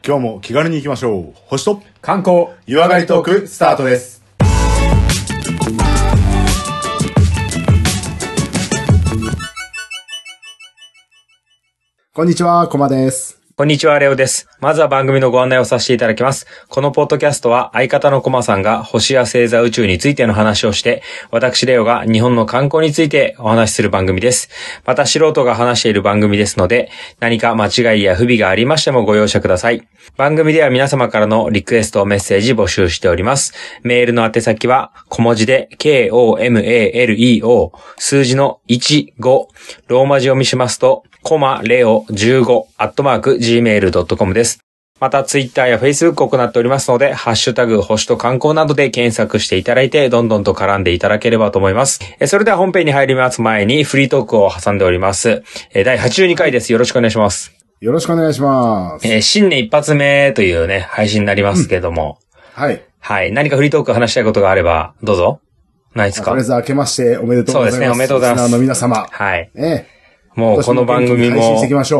今日も気軽に行きましょう。星と観光湯上がりトークスタートです。 こんにちは、コマです。 こんにちは、レオです。まずは番組のご案内をさせていただきます。このポッドキャストは相方のコマさんが星や星座宇宙についての話をして、私レオが日本の観光についてお話しする番組です。また素人が話している番組ですので、何か間違いや不備がありましてもご容赦ください。番組では皆様からのリクエストメッセージ募集しております。メールの宛先は小文字で KOMALEO 数字の15ローマ字読みしますとコマレオ15@gmail.com です。またツイッターやフェイスブックを行っておりますので、ハッシュタグ星と観光などで検索していただいて、どんどんと絡んでいただければと思います。それでは本編に入ります前にフリートークを挟んでおります。第82回です。よろしくお願いします。 よろしくお願いします。 新年一発目というね、配信になりますけれども。 はい。 はい。何かフリートーク話したいことがあれば、どうぞ。ないですか？ とりあえず明けましておめでとうございます。 そうですね、おめでとうございます。 リスナーの皆様。 はい。もうこの番組も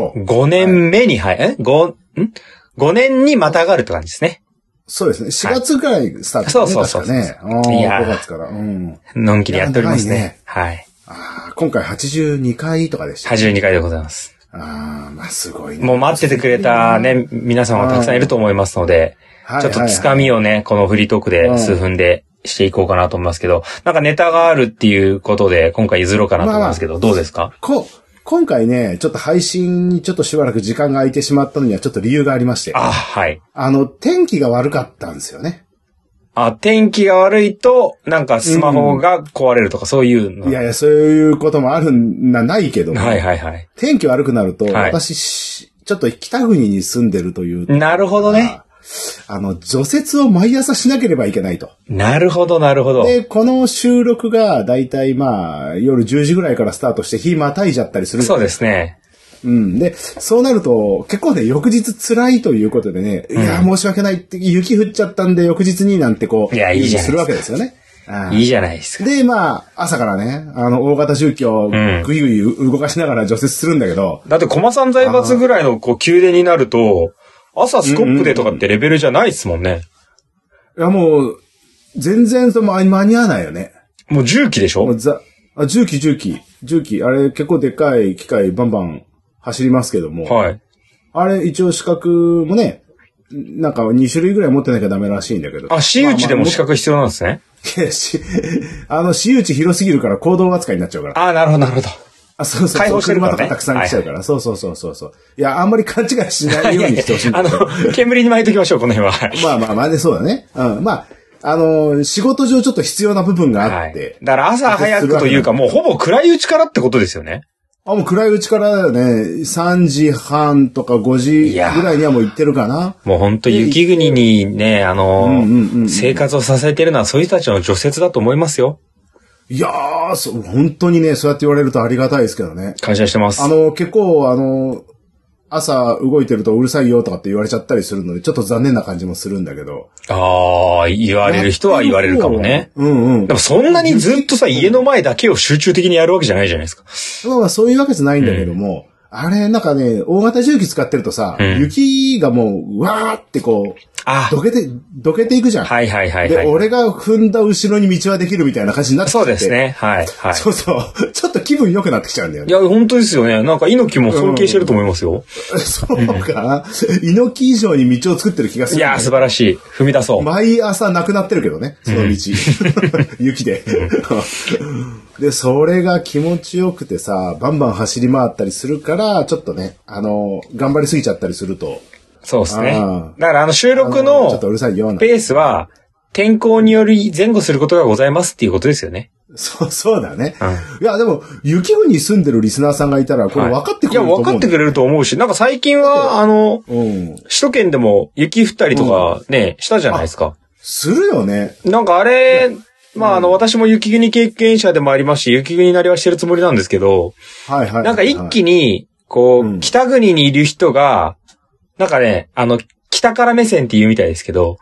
5 年目に5年にまたがるって感じですね。 そうですね。4月ぐらいスタートですね。 そう。 ね。いや、5月から。 のんきにやっておりますね。はい。 今回82回とかでした。 82回でございます。 まあすごいね。 もう待っててくれたね、皆さんはたくさんいると思いますので、ちょっとつかみをね、このフリートークで数分でしていこうかなと思いますけど、なんかネタがあるっていうことで、今回譲ろうかなと思いますけど、どうですか？ 今回ね、ちょっと配信にちょっとしばらく時間が空いてしまったのにはちょっと理由がありまして。 はい。 天気が悪かったんですよね。 天気が悪いと、なんかスマホが壊れるとかそういうの。 いや、そういうこともあるないけども。 はい。 天気悪くなると、私、ちょっと北国に住んでるという。 なるほどね。 除雪を毎朝しなければいけないと。 なるほど。 で、この収録がだいたい夜10時ぐらいからスタートして日またいじゃったりする。 そうですね。 で、そうなると、結構ね、翌日辛いということでね、いや、申し訳ないって、雪降っちゃったんで翌日になんていや、いいじゃないするわけですよね。 いいじゃないですか。 で、朝からね、大型重機をぐいぐい動かしながら除雪するんだけど。 だって、駒さん財閥ぐらいの宮殿になると、朝スコップでとかってレベルじゃないですもんね。 いや、もう、全然間に合わないよね。 もう重機でしょ？ 重機。あれ結構でっかい機械バンバン走りますけども。はい。あれ一応資格もね、なんか2種類ぐらい持ってなきゃダメらしいんだけど。 私有地でも資格必要なんですね。 私有地広すぎるから公道扱いになっちゃうから。 なるほど。 そう。 開放してるからね。 車とかたくさん来ちゃうから。そう。いや、あんまり勘違いしないようにしてほしいんだけど。 煙に巻いときましょう、この辺は。 まあね、そうだね。仕事上ちょっと必要な部分があって。 だから朝早くというか、もうほぼ暗いうちからってことですよね。 もう暗いうちからだよね。3時半とか5時ぐらいにはもう行ってるかな。 もうほんと雪国にね、生活を支えてるのはそういう人たちの除雪だと思いますよ。 いやー、本当にね、そうやって言われるとありがたいですけどね。 感謝してます。 結構朝動いてるとうるさいよとかって言われちゃったりするので、ちょっと残念な感じもするんだけど。 言われる人は言われるかもね。でもそんなにずっと家の前だけを集中的にやるわけじゃないじゃないですか。 そういうわけじゃないんだけども、あれ、なんかね、大型重機使ってるとさ、雪がもう、わーってこう、どけていくじゃん。 はい。 で、俺が踏んだ後ろに道はできるみたいな感じになってきて。 そうですね。はい。 そう。ちょっと気分良くなってきちゃうんだよね。 いや、本当ですよね。なんか猪木も尊敬してると思いますよ。 そうかな。猪木以上に道を作ってる気がする。 いや、素晴らしい。踏み出そう。 毎朝なくなってるけどね、その道。雪で。で、それが気持ちよくてさ、バンバン走り回ったりするから、ちょっとね、頑張りすぎちゃったりすると。 そうですね。だから収録のペースは、天候により前後することがございますっていうことですよね。 そうだね。いや、でも、雪国に住んでるリスナーさんがいたら、これ分かってくれると思う。 いや、分かってくれると思うし、なんか最近は、首都圏でも雪降ったりとかね、したじゃないですか。 するよね。 なんかあれ、私も雪国経験者でもありますし、雪国なりはしてるつもりなんですけど、なんか一気に、北国にいる人が、なんかね、北から目線って言うみたいですけど。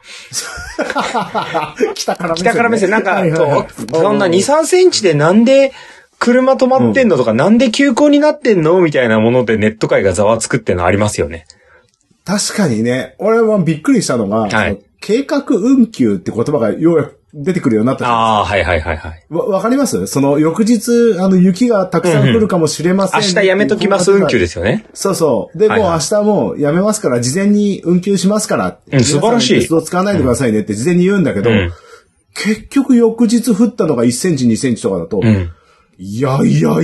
北から目線。 なんか、そんな2、3センチでなんで車止まってんのとか、なんで急行になってんのみたいなものでネット界がざわつくっていうのありますよね。 確かにね、俺はびっくりしたのが、 はい、 計画運休って言葉がようやく出てくるようになったじゃないですか。 はいはいはいはい。 わかります？その翌日、雪がたくさん降るかもしれません、 明日やめときます運休ですよね。 そうそう。で、もう明日もうやめますから、事前に運休しますから。 素晴らしい。 鉄道使わないでくださいねって事前に言うんだけど、結局翌日降ったのが1センチ2センチとかだと、いや、もう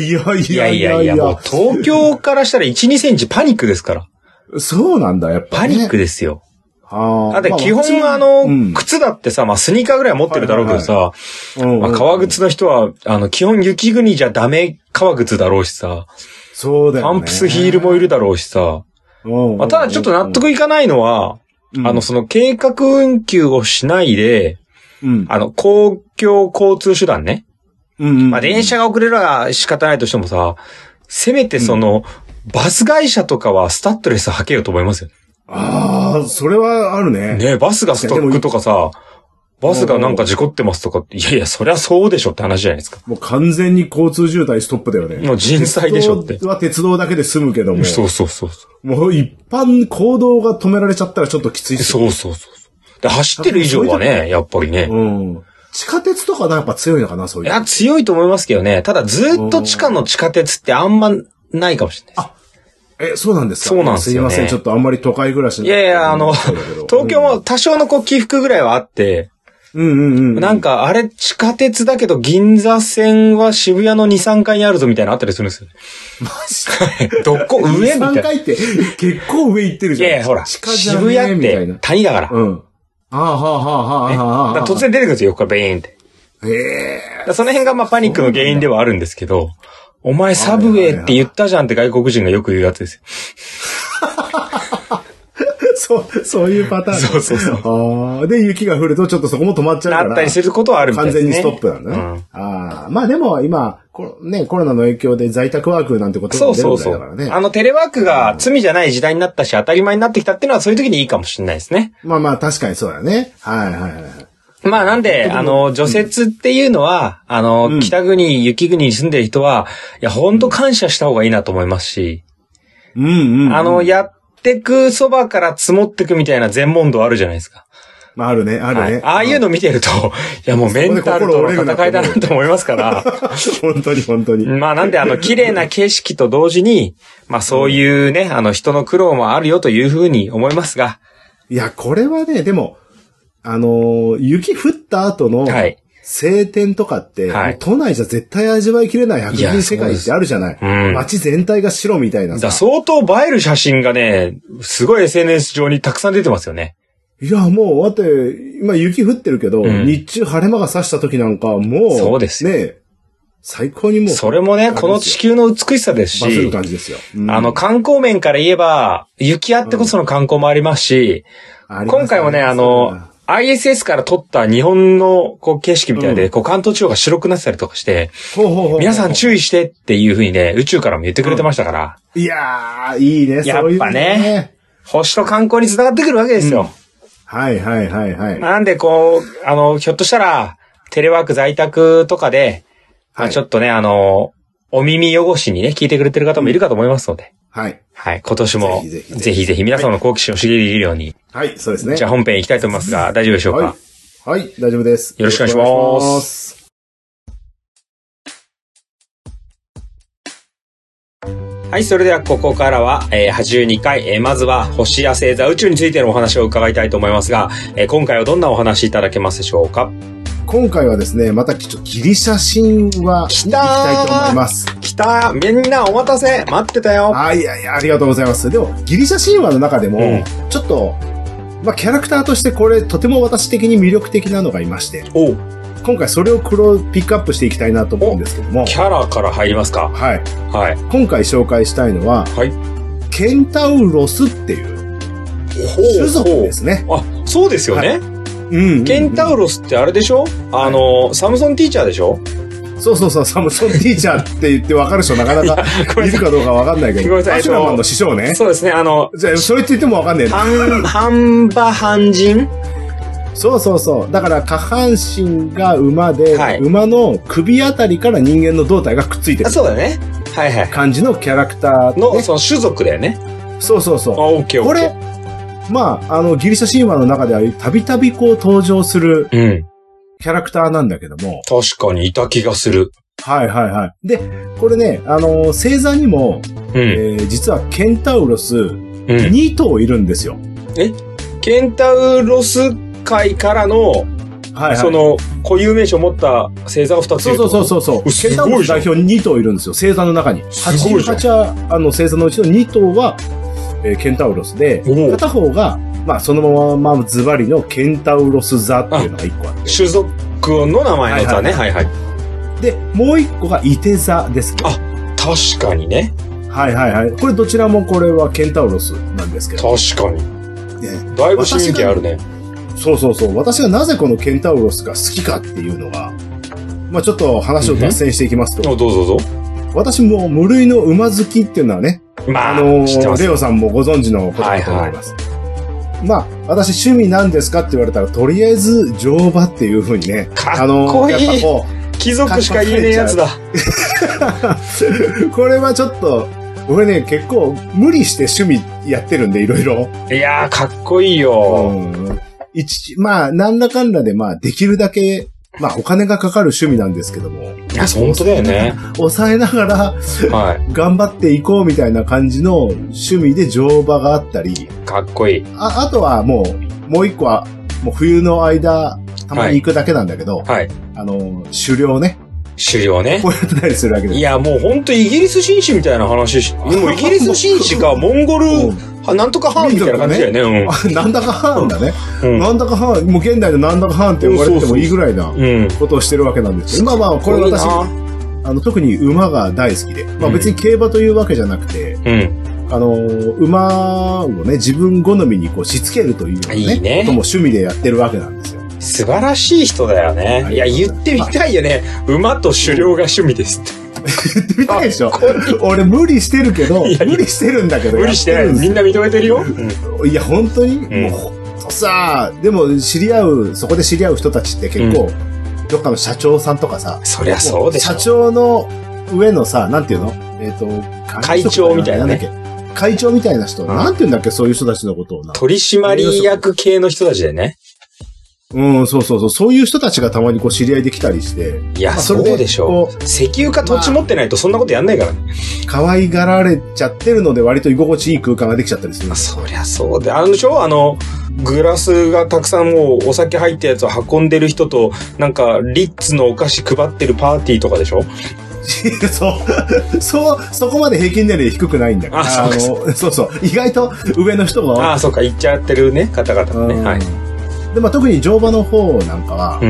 東京からしたら1、2センチパニックですから。 そうなんだ、やっぱ、 パニックですよ。だって基本靴だってさ、スニーカーぐらいは持ってるだろうけどさ、革靴の人は、基本雪国じゃダメ革靴だろうしさ、 そうだよね。 パンプスヒールもいるだろうしさ、ただちょっと納得いかないのは、その計画運休をしないで、公共交通手段ね。電車が遅れるは仕方ないとしてもさ、せめてバス会社とかはスタッドレス履けよと思いますよ。 それはあるね。 ね、バスがストックとかさ、バスがなんか事故ってますとかって、いや、そりゃそうでしょって話じゃないですか。 もう完全に交通渋滞ストップだよね。 もう人災でしょって。 鉄道だけで済むけども。 そう。 もう一般行動が止められちゃったらちょっときついっすよね。 そう。で、走ってる以上はね、やっぱりね。 地下鉄とかやっぱ強いのかな、そういう。 いや、強いと思いますけどね。ただずっと地下の地下鉄ってあんまないかもしれないです。 そうなんですか？ そうなんですよね。 すいません、ちょっとあんまり都会暮らしいや、東京も多少の起伏ぐらいはあって、なんか、あれ、地下鉄だけど、銀座線は渋谷の2、3階にあるぞみたいなのあったりするんですよ。 マジでどこ上みたいな。 2、3階って結構上行ってるじゃん。 いや、ほら、渋谷って谷だから。突然出てくるんですよ、横からベーンって。その辺がパニックの原因ではあるんですけど、お前サブウェイって言ったじゃんって外国人がよく言うやつですよ。 そういうパターン。 そう。 で、雪が降るとちょっとそこも止まっちゃうから。 なったりすることはあるみたいですね。 完全にストップなんだね。でも今、コロナの影響で在宅ワークなんてことが出るんだからね。 テレワークが罪じゃない時代になったし、当たり前になってきたっていうのはそういう時にいいかもしれないですね。 確かにそうだね。 なんで、除雪っていうのは、北国、雪国に住んでる人は、いや、ほんと感謝した方がいいなと思いますし、やってくそばから積もってくみたいな全問答あるじゃないですか。 あるね。 ああいうの見てると、いやもうメンタルとの戦いだなと思いますから。 本当に。 なんで綺麗な景色と同時に、そういうね、人の苦労もあるよというふうに思いますが。 いや、これはね、でも、雪降った後の、晴天とかって、都内じゃ絶対味わいきれない白銀世界ってあるじゃない。街全体が白みたいなさ。 相当映える写真がね、すごい SNS 上にたくさん出てますよね。 いや、もう、だって、今雪降ってるけど、日中晴れ間が差した時なんか、もう、 そうですよ。 ね、最高にもう。 それもね、この地球の美しさですし、 バズる感じですよ。 観光面から言えば、雪あってこその観光もありますし、今回もね、ISS から撮った日本の景色みたいで、関東地方が白くなってたりとかして、皆さん注意してっていう風にね、宇宙からも言ってくれてましたから。 いやー、いいね、 やっぱね、星と観光に繋がってくるわけですよ。なんでひょっとしたら、テレワーク在宅とかで、ちょっとね、お耳汚しにね、聞いてくれてる方もいるかと思いますので。今年も、ぜひぜひ皆さんの好奇心を刺激できるように。 そうですね。 じゃあ本編行きたいと思いますが、大丈夫でしょうか？ はい、大丈夫です。 よろしくお願いします。はい、それではここからは、82回、まずは星や星座宇宙についてのお話を伺いたいと思いますが、今回はどんなお話いただけますでしょうか？ 今回はですね、またギリシャ神話に行きたいと思います。 みんなお待たせ待ってたよ。 ありがとうございます。でも、ギリシャ神話の中でも、ちょっと、キャラクターとしてこれ、とても私的に魅力的なのがいまして、今回それをピックアップしていきたいなと思うんですけども。 キャラから入りますか？ はい。今回紹介したいのは、ケンタウロスっていう種族ですね。 そうですよね。ケンタウロスってあれでしょ？サムソンティーチャーでしょ？ そう、サムソンティーチャーって言って分かる人なかなかいるかどうか分かんないけど。 ごめんなさい。 アシュラマンの師匠ね。 そうですね、 じゃあ、それって言っても分かんねえな。 半馬半人？ そう。だから下半身が馬で、馬の首あたりから人間の胴体がくっついてる。 そうだね。感じのキャラクターの、その種族だよね。 そう。 オッケー。 これ、 まあ、ギリシャ神話の中ではたびたびこう登場するうん。 キャラクターなんだけども。 確かにいた気がする。 はいはいはい。で、これね、星座にも、実はケンタウロス2頭いるんですよ。 ケンタウロス界からの、はいはい、その、固有名詞を持った星座が2ついる。 そう。ケンタウロス代表2頭いるんですよ、星座の中に。88は、星座のうちの2頭は、ケンタウロスで、片方が、まあ、そのままズバリのケンタウロス座っていうのが1個あって。 種族の名前の座ね。はいはい。 で、もう1個がイテ座です。 あ、確かにね。 はいはいはい。これどちらもこれはケンタウロスなんですけど。 確かに。ね、だいぶ神経あるね。 そう。私がなぜこのケンタウロスが好きかっていうのが、まあちょっと話を脱線していきますと。 どうぞ。 私も無類の馬好きっていうのはね、 まあ、 レオさんもご存知のことだと思います。はいはい、まあ、私趣味なんですかって言われたら、とりあえず乗馬っていう風にね。 かっこいい。やっぱこう貴族しか言えねえやつだ。これはちょっと、俺ね、結構無理して趣味やってるんで、いろいろ。 いやー、かっこいいよ。 まあ、なんだかんだで、まあ、できるだけ、まあ、お金がかかる趣味なんですけども。 いや、本当だよね。 抑えながら、はい、頑張っていこうみたいな感じの趣味で乗馬があったり。 かっこいい。 あとはもう一個は、もう冬の間、たまに行くだけなんだけど、はい。狩猟ね。 狩猟ね。 こうやってたりするわけです。 いや、もうほんとイギリス紳士みたいな話もうイギリス紳士か、モンゴル、なんとかハーンみたいな感じだよね。 うん、なんだかハーンだね。なんだかハーン、もう現代のなんだかハーンって呼ばれてもいいぐらいなことをしてるわけなんですけど。まあ、これ私、特に馬が大好きで。まあ別に競馬というわけじゃなくて、馬をね、自分好みにこうしつけるというね、 いいね。 ことも趣味でやってるわけなんですよ。 素晴らしい人だよね。いや、言ってみたいよね。馬と狩猟が趣味ですって。 言ってみたいでしょ。俺無理してるけど、無理してるんだけど。 無理してない。みんな認めてるよ。 いや、本当に、もうほんとさ、でもそこで知り合う人たちって結構、どっかの社長さんとかさ。 そりゃそうでしょ。 社長の上のさ、なんていうの会長みたいなね。 会長みたいな人。なんていうんだっけ、そういう人たちのことをな。 取締役系の人たちでね。 そう。そういう人たちがたまにこう知り合いできたりして。 いや、そうでしょう。石油か土地持ってないとそんなことやんないからね。 可愛がられちゃってるので割と居心地いい空間ができちゃったりする。 そりゃそうで。でしょグラスがたくさんもうお酒入ったやつを運んでる人と、なんか、リッツのお菓子配ってるパーティーとかでしょそこまで平均年齢低くないんだから。そう。意外と上の人が。 そうか、行っちゃってるね、方々もね。はい。 で、まあ、特に乗馬の方なんかは、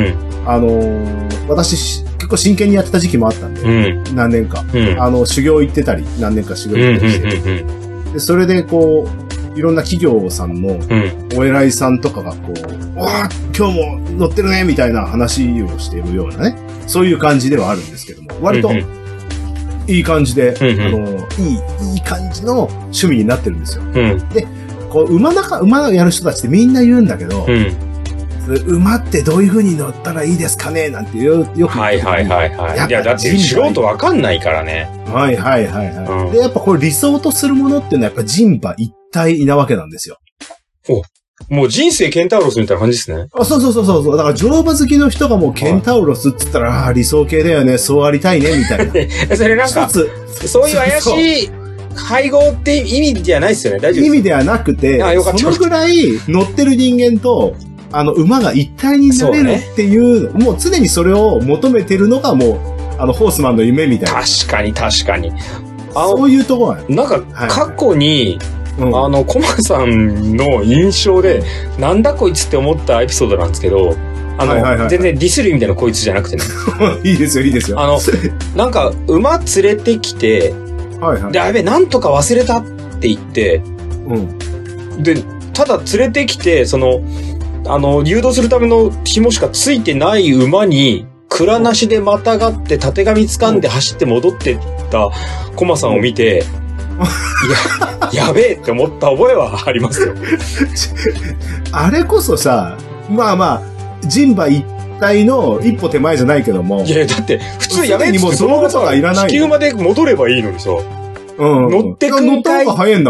私、結構真剣にやってた時期もあったんで、何年か。修行行ってたり、何年か修行行ってたりして。で、それでこう、いろんな企業さんのお偉いさんとかがこう、今日も乗ってるね、みたいな話をしているようなね。そういう感じではあるんですけども、割と、いい感じで、いい感じの趣味になってるんですよ。で、こう、馬やる人たちってみんな言うんだけど、馬ってどういう風に乗ったらいいですかねなんてよく言って。 はい。いや、だって素人わかんないからね。 はい。で、やっぱこれ理想とするものっていうのはやっぱ人馬一体なわけなんですよ。 もう人生ケンタウロスみたいな感じですね。 そう。だから乗馬好きの人がもうケンタウロスっつったら、理想系だよね、そうありたいね、みたいな。 それなんか、そういう怪しい配合って意味じゃないですよね、大丈夫です。 意味ではなくて、そのぐらい乗ってる人間と、馬が一体になれるっていう、もう常にそれを求めてるのがもう、ホースマンの夢みたいな。 確かに。 そういうところなんか、過去に、コマさんの印象で、なんだこいつって思ったエピソードなんですけど、全然ディスる意味でのこいつじゃなくてね。 いいですよ。 なんか、馬連れてきて、で、やべえ、なんとか忘れたって言って、で、ただ連れてきて、誘導するための紐しかついてない馬に、蔵なしでまたがって、たてがみ掴んで走って戻ってったコマさんを見て、やべえって思った覚えはありますよ。 あれこそさ、まあ、人馬一体の一歩手前じゃないけども。 いや、だって、普通やべえってそのことがいらない。 地球まで戻ればいいのにさ。乗ってくんかい。 乗った方が早いんだもん。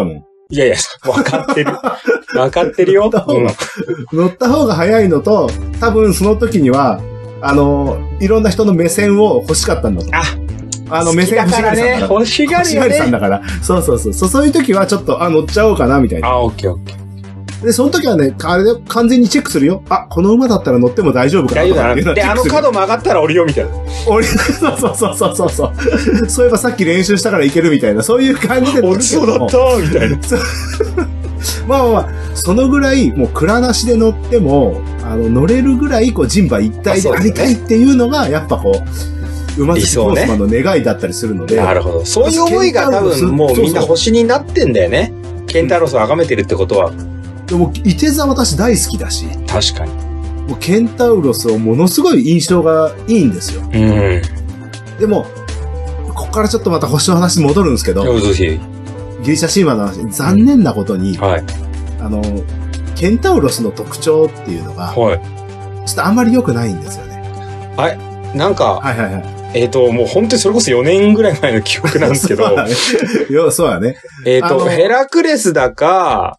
いやいや、わかってる。わかってるよ。 乗った方が早いのと、多分その時には、いろんな人の目線を欲しかったんだと。目線欲しがりさんだから。 欲しがりよね。 欲しがりさんだから。そういう時はちょっと、乗っちゃおうかな、みたいな。 オッケー。 で、その時はね、あれで完全にチェックするよ。この馬だったら乗っても大丈夫かな。 大丈夫だな。で、角曲がったら降りようみたいな。 そう。そういえばさっき練習したからいけるみたいな、そういう感じで。 落ちそうだったみたいな。 まあ、そのぐらい、もう蔵なしで乗っても、乗れるぐらい、人馬一体でありたいっていうのが、やっぱ馬好きコースマンの願いだったりするので。 なるほど。そういう思いが多分もうみんな星になってんだよね。ケンタウロスを崇めてるってことは。 でも、いて座私大好きだし。 確かに。 もうケンタウロスをものすごい印象がいいんですよ。でも、ここからちょっとまた星の話に戻るんですけど、ギリシャ神話の話、残念なことに、ケンタウロスの特徴っていうのが、ちょっとあんまり良くないんですよね。 なんか、もう本当にそれこそ4年ぐらい前の記憶なんですけど。 そうだね。 ヘラクレスだか、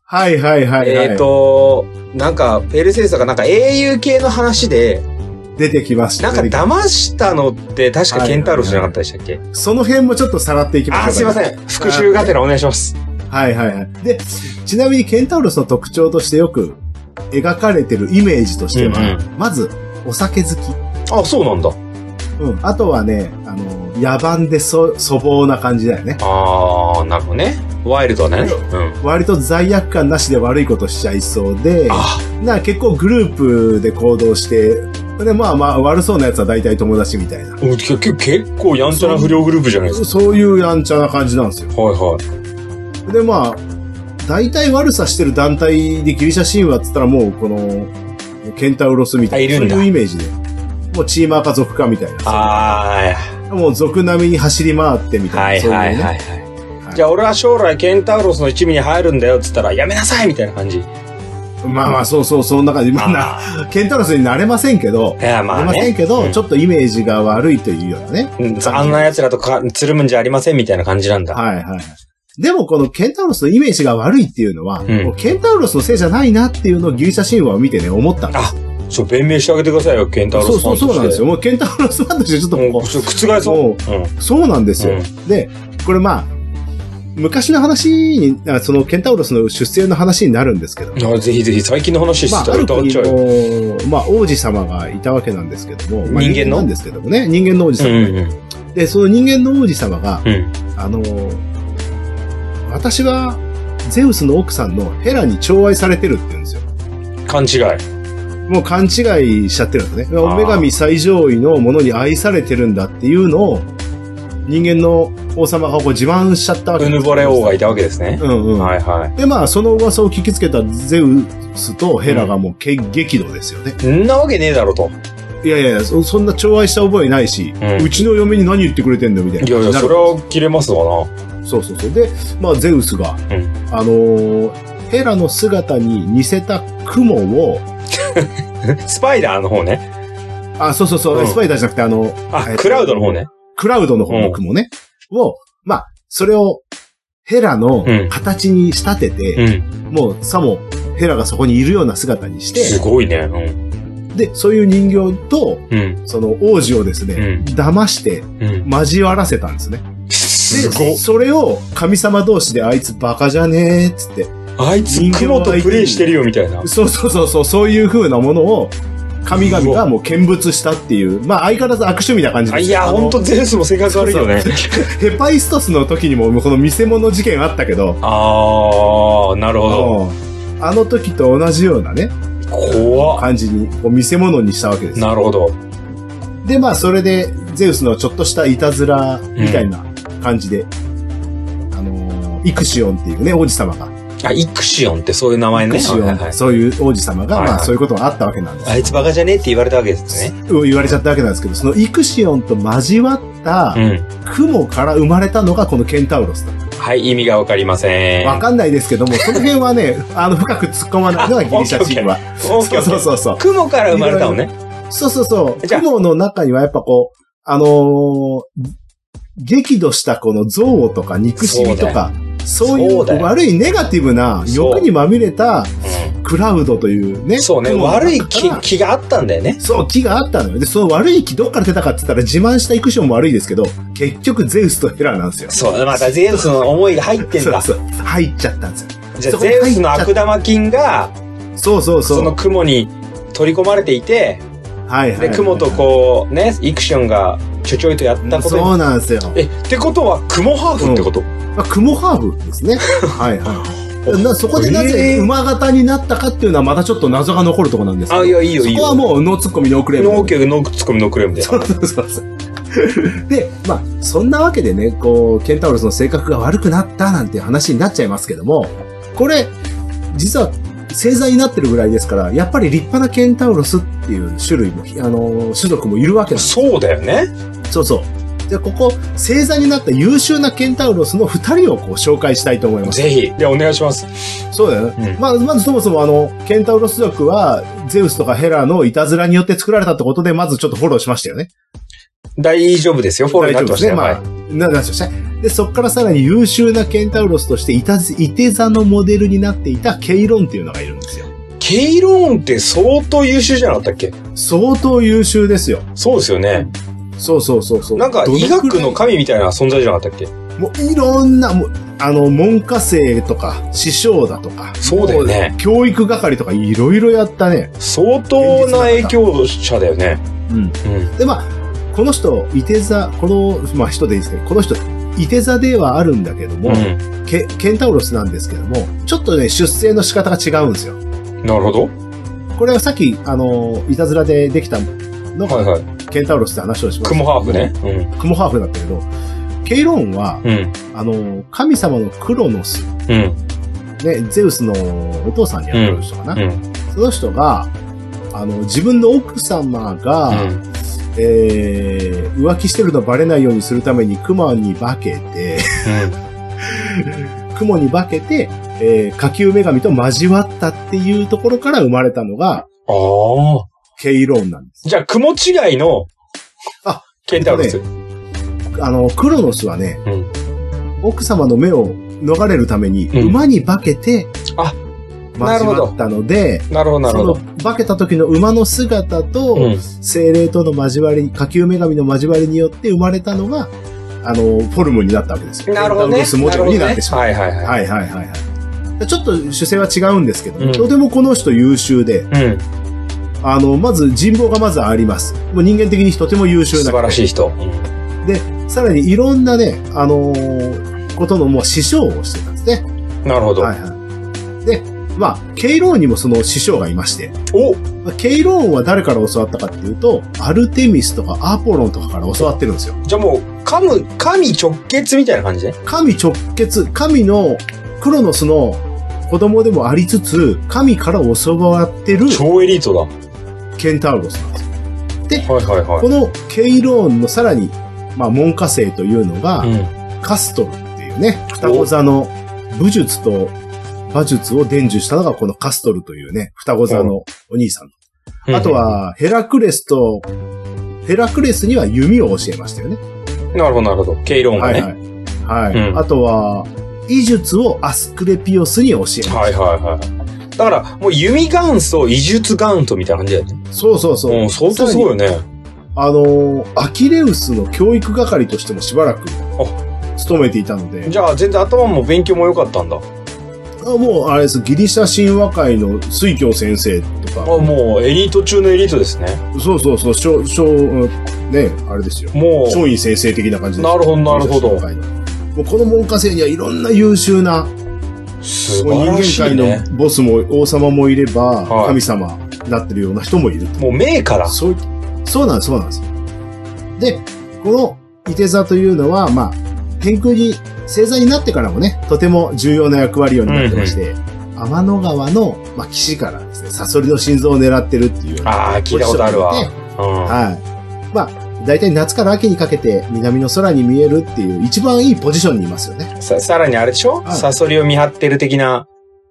なんか、ペルセウスだか、なんか英雄系の話で、 出てきました。 なんか騙したのって確かケンタウロスじゃなかったでしたっけ？ その辺もちょっとさらっていきましょう。 すいません。復習がてらお願いします。 で、ちなみにケンタウロスの特徴としてよく描かれてるイメージとしては、まず、お酒好き。 そうなんだ。 あとはね、野蛮で粗暴な感じだよね。 なるほどね。ワイルドだね。 割と罪悪感なしで悪いことしちゃいそうで、結構グループで行動して、で、悪そうなやつは大体友達みたいな。 結構やんちゃな不良グループじゃないですか。 そういうやんちゃな感じなんですよ。で、大体悪さしてる団体でギリシャ神話って言ったらもうこの、ケンタウロスみたいな、そういうイメージで。もうチーマーか族かみたいな。もう族並みに走り回ってみたいな。 じゃあ俺は将来ケンタウロスの一味に入るんだよって言ったらやめなさいみたいな感じ。 そんな感じ。ケンタウロスになれませんけど、ちょっとイメージが悪いというようなね。 あんな奴らとつるむんじゃありませんみたいな感じなんだ。 でもこのケンタウロスのイメージが悪いっていうのは、もうケンタウロスのせいじゃないなっていうのをギリシャ神話を見てね、思ったんです。 弁明してあげてくださいよ、ケンタウロスファンとして。 そうなんですよ。もうケンタウロスファンとしてちょっともう、 覆そう。 そうなんですよ。で、これ昔の話に、そのケンタウロスの出生の話になるんですけど。 ぜひぜひ最近の話してたら疑っちゃうよ。 王子様がいたわけなんですけども。 人間のなんですけどもね。人間の王子様がいて。で、その人間の王子様が、私はゼウスの奥さんのヘラに寵愛されてるって言うんですよ。 勘違い。 もう勘違いしちゃってるんですね。女神最上位のものに愛されてるんだっていうのを、人間の王様が自慢しちゃったわけです。 うぬぼれ王がいたわけですね。で、その噂を聞きつけたゼウスとヘラがもう激怒ですよね。 そんなわけねえだろと。 いや、そんな寵愛した覚えないし、うちの嫁に何言ってくれてんだみたいな。 いや、それは切れますわな。 そう。で、ゼウスが、ヘラの姿に似せた雲を、 スパイダーの方ね。 そう、スパイダーじゃなくてクラウドの方ね。 クラウドの方の雲ね。それをヘラの形に仕立てて、もうさもヘラがそこにいるような姿にして、 すごいね。 で、そういう人形と、その王子をですね、騙して、交わらせたんですね。で、それを神様同士であいつバカじゃねーっつって。 あいつ雲とプレイしてるよみたいな。 そういう風なものを、神々がもう見物したっていう、相変わらず悪趣味な感じです。 いや、ほんとゼウスも性格悪いよね。 ヘパイストスの時にもこの見せ物事件あったけど。 なるほど。 あの時と同じようなね。 怖っ。 感じに、見せ物にしたわけです。 なるほど。 で、それで、ゼウスのちょっとしたいたずらみたいな感じで、イクシオンっていうね、王子様が。 イクシオンってそういう名前ね。 そういう王子様が、そういうことがあったわけなんです。 あいつバカじゃねえって言われたわけですね。 言われちゃったわけなんですけど、そのイクシオンと交わった雲から生まれたのがこのケンタウロスだ。 意味がわかりません。 わかんないですけども、その辺はね、深く突っ込まないのがギリシャ神話。そう。 雲から生まれたのね。 そう。雲の中にはやっぱ激怒したこの憎悪とか憎しみとか、 そういう悪いネガティブな欲にまみれたクラウドというね。 そうね。悪い気があったんだよね。 そう、気があったのよ。で、その悪い気どっから出たかって言ったら自慢したイクションも悪いですけど、結局ゼウスとヘラなんですよ。 そう、またゼウスの思いが入ってんだ。 そう。入っちゃったんですよ。 じゃあゼウスの悪玉菌が、 そう。 その雲に取り込まれていて、で、雲とこう、ね、イクションがちょいとやったことで。 そうなんですよ。 ってことは、雲ハーフってこと？ 雲ハーフですね。そこでなぜ馬型になったかっていうのはまたちょっと謎が残るところなんですけど。 いや、いいよ。 そこはもうノーツッコミノークレーム。 ノーツッコミノークレームで。 そう。で、そんなわけでね、こう、ケンタウロスの性格が悪くなったなんていう話になっちゃいますけども、これ、実は、星座になってるぐらいですから、やっぱり立派なケンタウロスっていう種類も、種族もいるわけなんです。 そうだよね。 そう。じゃあ、ここ、星座になった優秀なケンタウロスの2人をこう紹介したいと思います。 ぜひ。で、お願いします。 そうだよね。まずそもそもケンタウロス族は、ゼウスとかヘラのいたずらによって作られたってことで、まずちょっとフォローしましたよね。 大丈夫ですよ、フォローになってましたね。 なりましたね。で、そっからさらに優秀なケンタウロスとして、いて座のモデルになっていたケイロンっていうのがいるんですよ。 ケイロンって相当優秀じゃなかったっけ？ 相当優秀ですよ。 そうですよね。 そう。 なんか医学の神みたいな存在じゃなかったっけ？ もういろんな、門下生とか、師匠だとか。 そうだよね。 教育係とかいろいろやったね。 相当な影響者だよね。 で、この人、人でいいですね。この人、いて座ではあるんだけども、ケンタウロスなんですけども、ちょっとね、出生の仕方が違うんですよ。 なるほど。 これはさっき、いたずらでできたのが、ケンタウロスって話をしました。 雲ハーフね。 雲ハーフだったけど、ケイロンは、神様のクロノス、ね、ゼウスのお父さんにあたる人かな。その人が、自分の奥様が、浮気してるのバレないようにするために雲に化けて、下級女神と交わったっていうところから生まれたのが、ケイロンなんです。 じゃあ、雲違いの、ケンタウロス。 クロノスはね、奥様の目を逃れるために、馬に化けて、交わったので、 なるほど。 その化けた時の馬の姿と、精霊との交わり、下級女神の交わりによって生まれたのが、フォルムになったわけですよ。 なるほどね。 ケンタウロスモデルになってしまう。 はい。 ちょっと主性は違うんですけど、とてもこの人優秀で、まず人望がまずあります。もう人間的にとても優秀な。 素晴らしい人。 で、さらにいろんなね、ことのもう師匠をしてたんですね。 なるほど。 で、ケイローンにもその師匠がいまして。ケイローンは誰から教わったかっていうと、アルテミスとかアポロンとかから教わってるんですよ。 じゃあもう、神直結みたいな感じね。 神直結、神のクロノスの子供でもありつつ、神から教わってる。 超エリートだ。 ケンタウロスなんですよ。で、 このケイローンのさらに、門下生というのが、カストルっていうね、双子座の武術と馬術を伝授したのがこのカストルというね、双子座のお兄さん。あとは、ヘラクレスには弓を教えましたよね。 なるほど。ケイローンがね。 あとは、医術をアスクレピオスに教えました。 だから、もう弓元祖、医術元祖みたいな感じだよね。 そう。 相当すごいよね。 アキレウスの教育係としてもしばらく務めていたので。 じゃあ全然頭も勉強も良かったんだ。 もうあれです、ギリシャ神話界の水教先生とか。 もうエリート中のエリートですね。 そう、ね、あれですよ。 もう。 松陰先生的な感じです。 なるほど。 もうこの門下生にはいろんな優秀な、 素晴らしいね。 人間界のボスも王様もいれば、神様になってるような人もいる。 もう名家だ。 そうなんです。で、このいて座というのは、天空に、星座になってからもね、とても重要な役割を担ってまして、天の川の、岸からですね、サソリの心臓を狙ってるっていう。 聞いたことあるわ。 だいたい夏から秋にかけて南の空に見えるっていう一番いいポジションにいますよね。 さらにあれでしょ？サソリを見張ってる的な。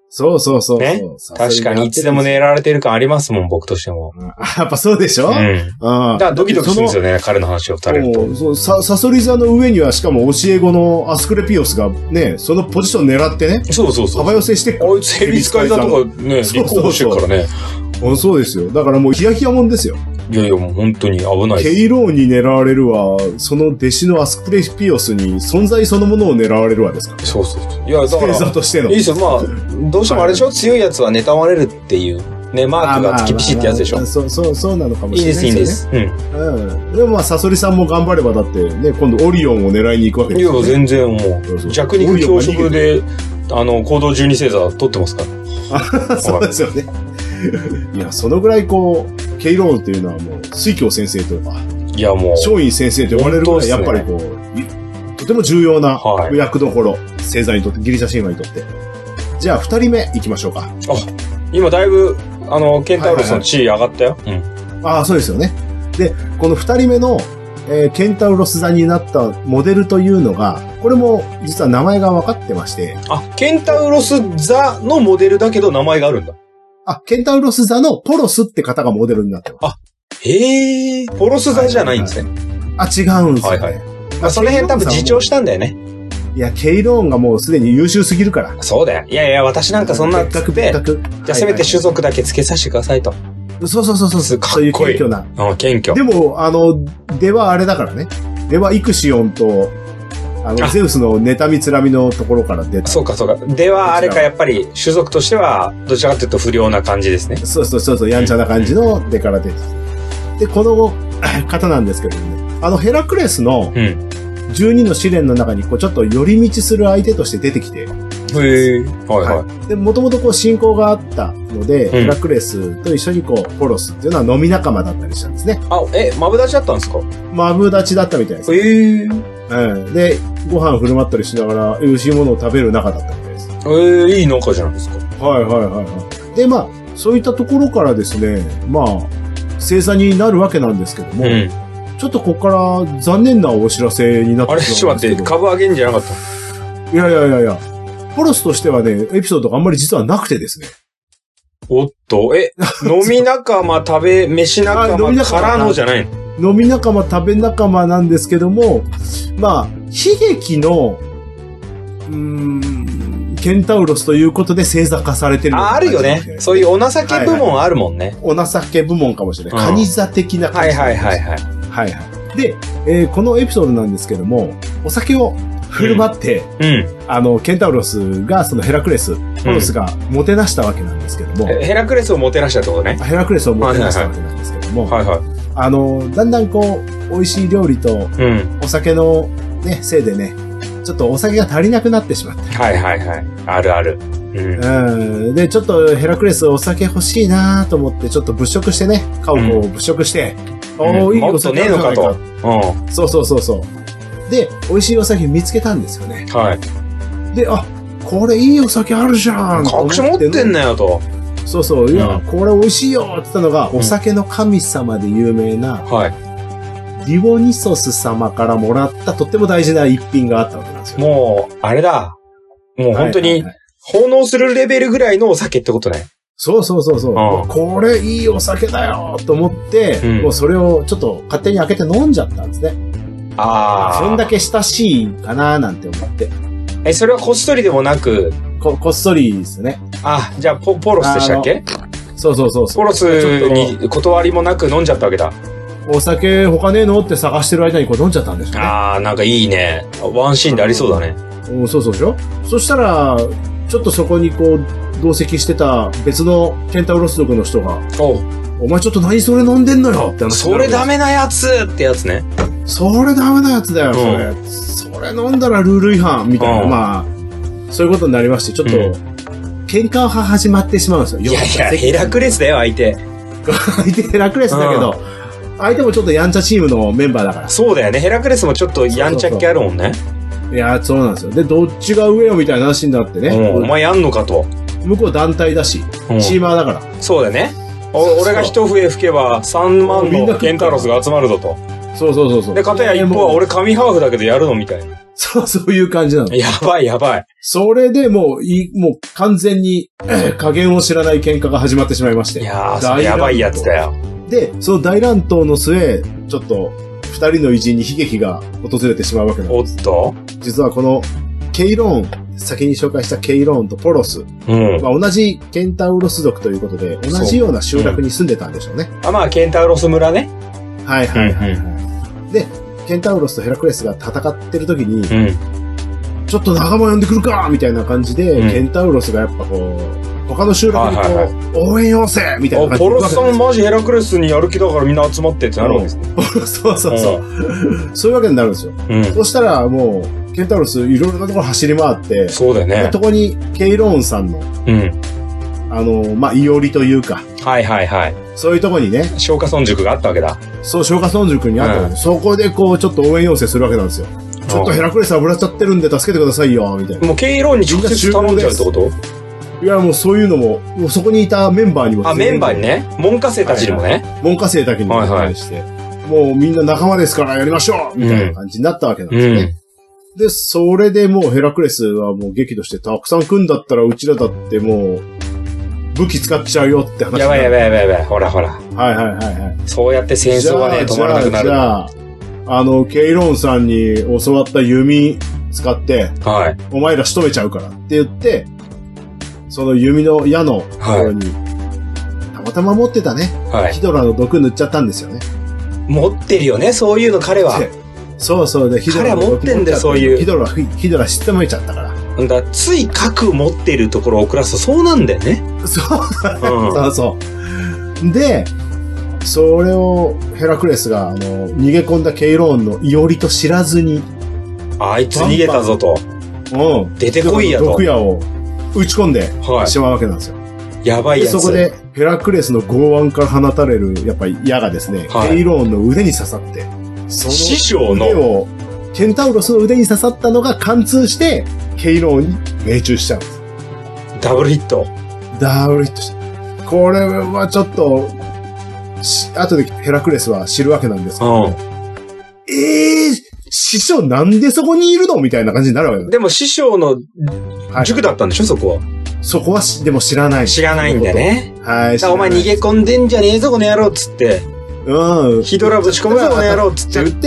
そうそうそうそう。 ね。確かにいつでも狙われてる感ありますもん、僕としても。 やっぱそうでしょ。 だからドキドキするんですよね、彼の話をされると。 サソリ座の上にはしかも教え子のアスクレピオスがね、そのポジション狙ってね。 そうそうそう。 幅寄せしてくる。 あいつヘビ使い座とかね、立候補してるからね。 そうですよ。だからもうヒヤヒヤもんですよ。 いやいや、もう本当に危ないです。 ケイローンに狙われるわ、その弟子のアスクレピオスに存在そのものを狙われるわですから。 そうそうそう。いや、だから。 星座としての。 いいですよ。まあ、どうしてもあれでしょ、強いやつは妬まれるっていう、ね、マークが厳しいってやつでしょ。 そうなのかもしれない。 いいです、いいです。 でもまあ、サソリさんも頑張ればだってね、今度オリオンを狙いに行くわけですよ、ね。 いや、全然もう、弱肉強食で、行動12星座取ってますから。そうですよね。いや、そのぐらいこう、ケイローンっていうのはもう、水教先生とか、 いやもう、 松陰先生と呼ばれるぐらい、やっぱりこう、とても重要な役どころ、星座にとって、ギリシャ神話にとって。じゃあ、二人目行きましょうか。 今だいぶ、ケンタウロスの地位上がったよ。 そうですよね。で、この二人目の、ケンタウロス座になったモデルというのが、これも実は名前が分かってまして。 ケンタウロス座のモデルだけど名前があるんだ。 ケンタウロス座のポロスって方がモデルになってます。 へえ、ポロス座じゃないんですね。 違うんですよね。 その辺多分自重したんだよね。 いや、ケイローンがもうすでに優秀すぎるから。 そうだよ。いやいや、私なんかそんなつって、じゃあせめて種族だけ付けさせてくださいと。 そう。そういう謙虚な。 謙虚。 でも、ではあれだからね。ではイクシオンと、ゼウスの妬みつらみのところから出た。 そうか。ではあれか、やっぱり種族としては、どちらかというと不良な感じですね。 そう、やんちゃな感じの出から出て。で、この方なんですけどね。ヘラクレスの、12の試練の中に、こう、ちょっと寄り道する相手として出てきて。で、もともとこう、親交があったので、ヘラクレスと一緒にこう、ポロスっていうのは飲み仲間だったりしたんですね。 マブダチだったんですか？ マブダチだったみたいです。で、ご飯振る舞ったりしながら、美味しいものを食べる仲だったみたいです。 いい仲じゃないですか。 で、まあ、そういったところからですね、まあ、星座になるわけなんですけども、ちょっとここから残念なお知らせになってしまうんですけど。 ちょっと待って、株上げんじゃなかった？ いや。ポロスとしてはね、エピソードがあんまり実はなくてですね。 おっと、飲み仲間、飯仲間からのじゃないの？飲み仲間、食べ仲間なんですけども、まあ、悲劇の、ケンタウロスということで星座化されてる。 あるよね。そういうお情け部門あるもんね。 お情け部門かもしれない。カニ座的な感じ。で、このエピソードなんですけども、お酒を振る舞って、ケンタウロスが、そのヘラクレス、ポロスがもてなしたわけなんですけども。 ヘラクレスをもてなしたってことね。 ヘラクレスをもてなしたわけなんですけども。だんだんこう、美味しい料理と、お酒のね、せいでね、ちょっとお酒が足りなくなってしまって。 あるある。 で、ちょっとヘラクレスお酒欲しいなと思って、ちょっと物色してね、家屋を物色して、いいお酒あるじゃないか。そう。で、美味しいお酒見つけたんですよね。で、これいいお酒あるじゃん。 隠し持ってんなよと。 いや、これ美味しいよって言ったのが、お酒の神様で有名な、ディオニソス様からもらったとっても大事な一品があったわけなんですよ。 もう、あれだ。もう本当に、奉納するレベルぐらいのお酒ってことね。 そう。これいいお酒だよと思って、もうそれをちょっと勝手に開けて飲んじゃったんですね。そんだけ親しいかななんて思って。 それはこっそりでもなく、 こっそりですね。 じゃあポロスでしたっけ？ そう。 ポロスに断りもなく飲んじゃったわけだ。 お酒他ねえのって探してる間にこう飲んじゃったんですよね。 なんかいいね。ワンシーンでありそうだね。 そうでしょ？そしたら、ちょっとそこにこう、同席してた別のケンタウロス族の人が、お前ちょっと何それ飲んでんのよって話。 それダメなやつってやつね。 それダメなやつだよ、それ飲んだらルール違反みたいな、まあ、そういうことになりまして、ちょっと、喧嘩が始まってしまうんですよ。 いや、ヘラクレスだよ、相手ヘラクレスだけど、相手もちょっとやんちゃチームのメンバーだから。 そうだよね、ヘラクレスもちょっとやんちゃっ気あるもんね。 いや、そうなんですよ。で、どっちが上よみたいな話になってね。 お前やんのかと。 向こう団体だし、チーマーだから。 そうだよね。俺が一笛吹けば3万のケンタロスが集まるぞと。 そう。 で、片や一方は俺神ハーフだけどやるのみたいな。 そういう感じなの。 やばいやばい。 それでもう完全に、加減を知らない喧嘩が始まってしまいまして。 いやー、それやばいやつだよ。 で、その大乱闘の末、ちょっと、二人の偉人に悲劇が訪れてしまうわけなんです。 おっと？ 実はこの、ケイローン、先に紹介したケイローンとポロス。 うん。 まあ、同じケンタウロス族ということで、同じような集落に住んでたんでしょうね。 まあ、ケンタウロス村ね。 はいはいはいはい。で、ケンタウロスとヘラクレスが戦ってる時に、ちょっと仲間呼んでくるかみたいな感じで、ケンタウロスがやっぱこう、他の集落に応援要請みたいな感じで。 ポロスさんマジヘラクレスにやる気だからみんな集まってってなるわけですね。 そう。そういうわけになるんですよ。そしたらもう、ケンタウロスいろいろなところ走り回って、 そうだよね。 そこにケイローンさんの、まあ、いおりというか、 はい。 そういうとこにね、 松下村塾があったわけだ。 そう、松下村塾にあったので、そこでこう、ちょっと応援要請するわけなんですよ。ちょっとヘラクレス危なっちゃってるんで助けてくださいよ、みたいな。 もうケイローンに直接頼んじゃうってこと？ いや、もうそういうのも、もうそこにいたメンバーにも。 メンバーにね。門下生たちにもね。 門下生だけにもして、もうみんな仲間ですからやりましょうみたいな感じになったわけなんですよね。で、それでもうヘラクレスはもう激怒して、たくさん来んだったらうちらだってもう、武器使っちゃうよって話。 やばい。ほら。 はい。 そうやって戦争がね、止まらなくなる。 じゃあ、ケイローンさんに教わった弓使って、お前ら仕留めちゃうからって言って、その弓の矢のところに、たまたま持ってたね、ヒドラの毒塗っちゃったんですよね。 持ってるよね、そういうの彼は。 そうで、 ヒドラの毒持ってんだよ、そういう。 ヒドラ知ってもえちゃったから。 つい核持ってるところを遅らすとそうなんだよね。 そう。で、それをヘラクレスが、逃げ込んだケイローンのいおりと知らずに。 あいつ逃げたぞと。出てこいやと。 毒矢を打ち込んでしまうわけなんですよ。 やばいやつ。 そこでヘラクレスの剛腕から放たれる、やっぱり矢がですね、ケイローンの腕に刺さって、その腕を、ケンタウロスの腕に刺さったのが貫通して、ケイローンに命中しちゃうんです。 ダブルヒットした。これはちょっと、後でヘラクレスは知るわけなんですけど、師匠なんでそこにいるのみたいな感じになるわけだ。 でも師匠の塾だったんでしょ、そこは。 そこはでも知らない。 知らないんだね。 はい。 お前逃げ込んでんじゃねえぞ、この野郎っつって。ヒドラぶち込むぞ、この野郎っつって撃って、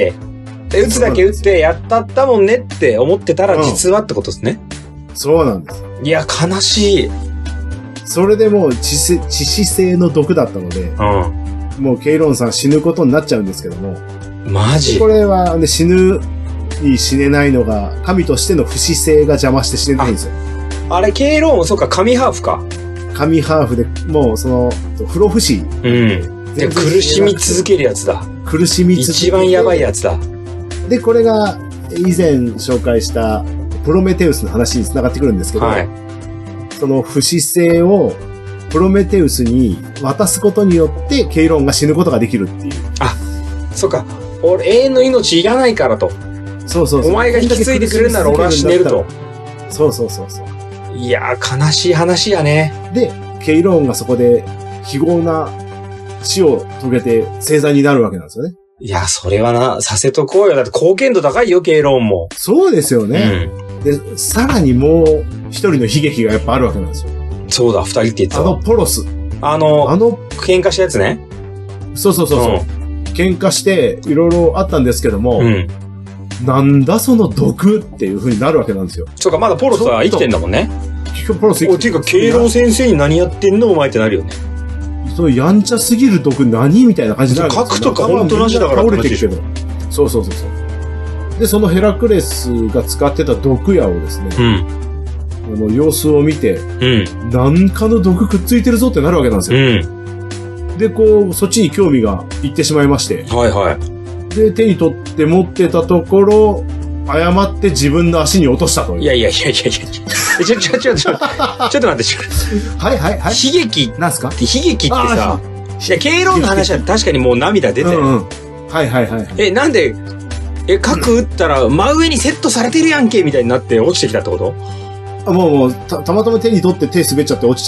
撃つだけ撃って、やったもんねって思ってたら、実はってことですね。 そうなんです。 いや、悲しい。 それでもう致死性の毒だったので、もうケイローンさん死ぬことになっちゃうんですけども。 マジ？ これは、ね、死ぬに死ねないのが、神としての不死性が邪魔して死ねないんですよ。 あれ、ケイローン、そうか、神ハーフか。 神ハーフで、もう不老不死。 で、苦しみ続けるやつだ。 苦しみ続ける。 一番やばいやつだ。 で、これが、以前紹介した、プロメテウスの話に繋がってくるんですけど、その不死性を、プロメテウスに渡すことによって、ケイローンが死ぬことができるっていう。 そうか。俺、永遠の命いらないからと。 そう。 お前が引き継いでくれるなら俺は死ねると。 そう。 いやー、悲しい話やね。 で、ケイローンがそこで、非業な死を遂げて生産になるわけなんですよね。 いや、それはな、させとこうよ。だって貢献度高いよ、ケイローンも。 そうですよね。で、さらにもう一人の悲劇がやっぱあるわけなんですよ。 そうだ、二人って言ってた。 ポロス。 喧嘩したやつね。 そう。喧嘩して、いろいろあったんですけども、なんだその毒っていう風になるわけなんですよ。 そうか、まだポロスは生きてんだもんね。 ポロス生きてる。ていうか、ケイローン先生に何やってんのお前ってなるよね。 そう、やんちゃすぎる毒何みたいな感じになるんですよ。 核とか本当なしだから倒れてるけど。そう。で、そのヘラクレスが使ってた毒矢をですね、様子を見て、なんかの毒くっついてるぞってなるわけなんですよ。で、そっちに興味がいってしまいまして。で、手に取って持ってたところ、誤って自分の足に落としたという。 いや。ちょっと待って、 はい。 悲劇。 なんすか？ 悲劇ってさ、いや、ケイローンの話は確かにもう涙出てる。 はい。 なんで、核撃ったら真上にセットされてるやんけみたいになって落ちてきたってこと？ もうたまたま手に取って手滑っちゃって落ちちゃっ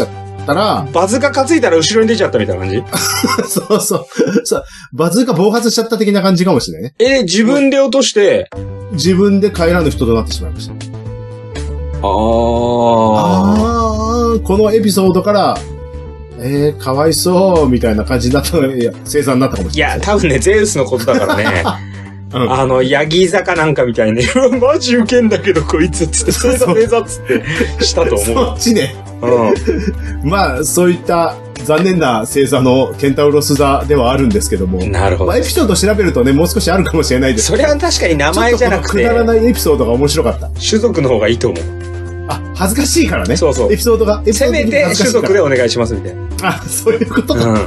ったら、 バズーカ担いだら後ろに出ちゃったみたいな感じそうそう。バズーカ暴発しちゃった的な感じかもしれないね。 自分で落として、 自分で帰らぬ人となってしまいました。このエピソードから、かわいそう、みたいな感じになったの、生産になったかもしれない。 いや、多分ね、ゼウスのことだからね。ヤギ坂なんかみたいにね、マジウケんだけど、こいつっつって、正座っつって、したと思う。 そっちね。まあ、そういった残念な星座のケンタウロス座ではあるんですけども。 なるほど。 エピソード調べるとね、もう少しあるかもしれないです。 それは確かに名前じゃなくて。 くだらないエピソードが面白かった。 種族の方がいいと思う。 恥ずかしいからね。 そうそう。 エピソードが。 せめて種族でお願いしますみたいな。 そういうことか。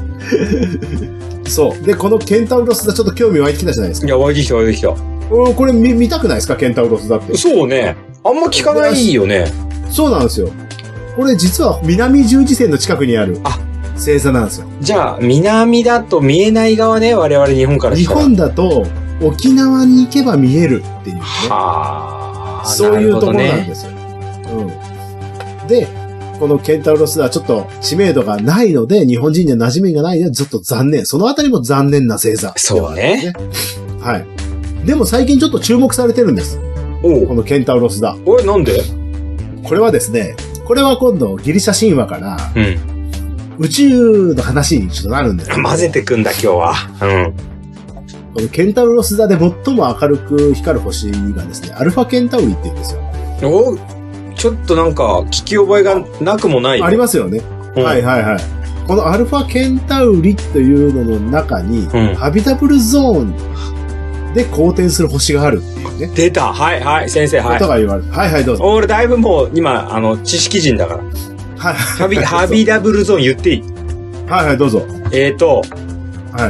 そう。で、このケンタウロス座ちょっと興味湧いてきたじゃないですか。 いや、湧いてきた。 これ見たくないですかケンタウロス座って。 そうね。あんま聞かないよね。 そうなんですよ。これ実は南十字星の近くにある星座なんですよ。 じゃあ、南だと見えない側ね、我々日本からしたら。 日本だと沖縄に行けば見えるっていうね。そういうところなんですよ。で、このケンタウロスはちょっと知名度がないので、日本人には馴染みがないので、ずっと残念。そのあたりも残念な星座、 そうね。 はい。でも最近ちょっと注目されてるんです。このケンタウロス座。 なんで？ これはですね、これは今度ギリシャ神話から、宇宙の話にちょっとなるんですよ。 混ぜてくんだ今日は。 このケンタウロス座で最も明るく光る星がですね、アルファケンタウリって言うんですよ。 ちょっとなんか聞き覚えがなくもない。 ありますよね。はいはいはい。このアルファケンタウリというのの中に、ハビタブルゾーンで公転する星があるっていうね。 出た。はいはい、先生、はい。 ことが言われる。はいはい、どうぞ。 俺だいぶもう今、知識人だから。 はい。 ハビタブルゾーン言っていい？ はいはい、どうぞ。 はい。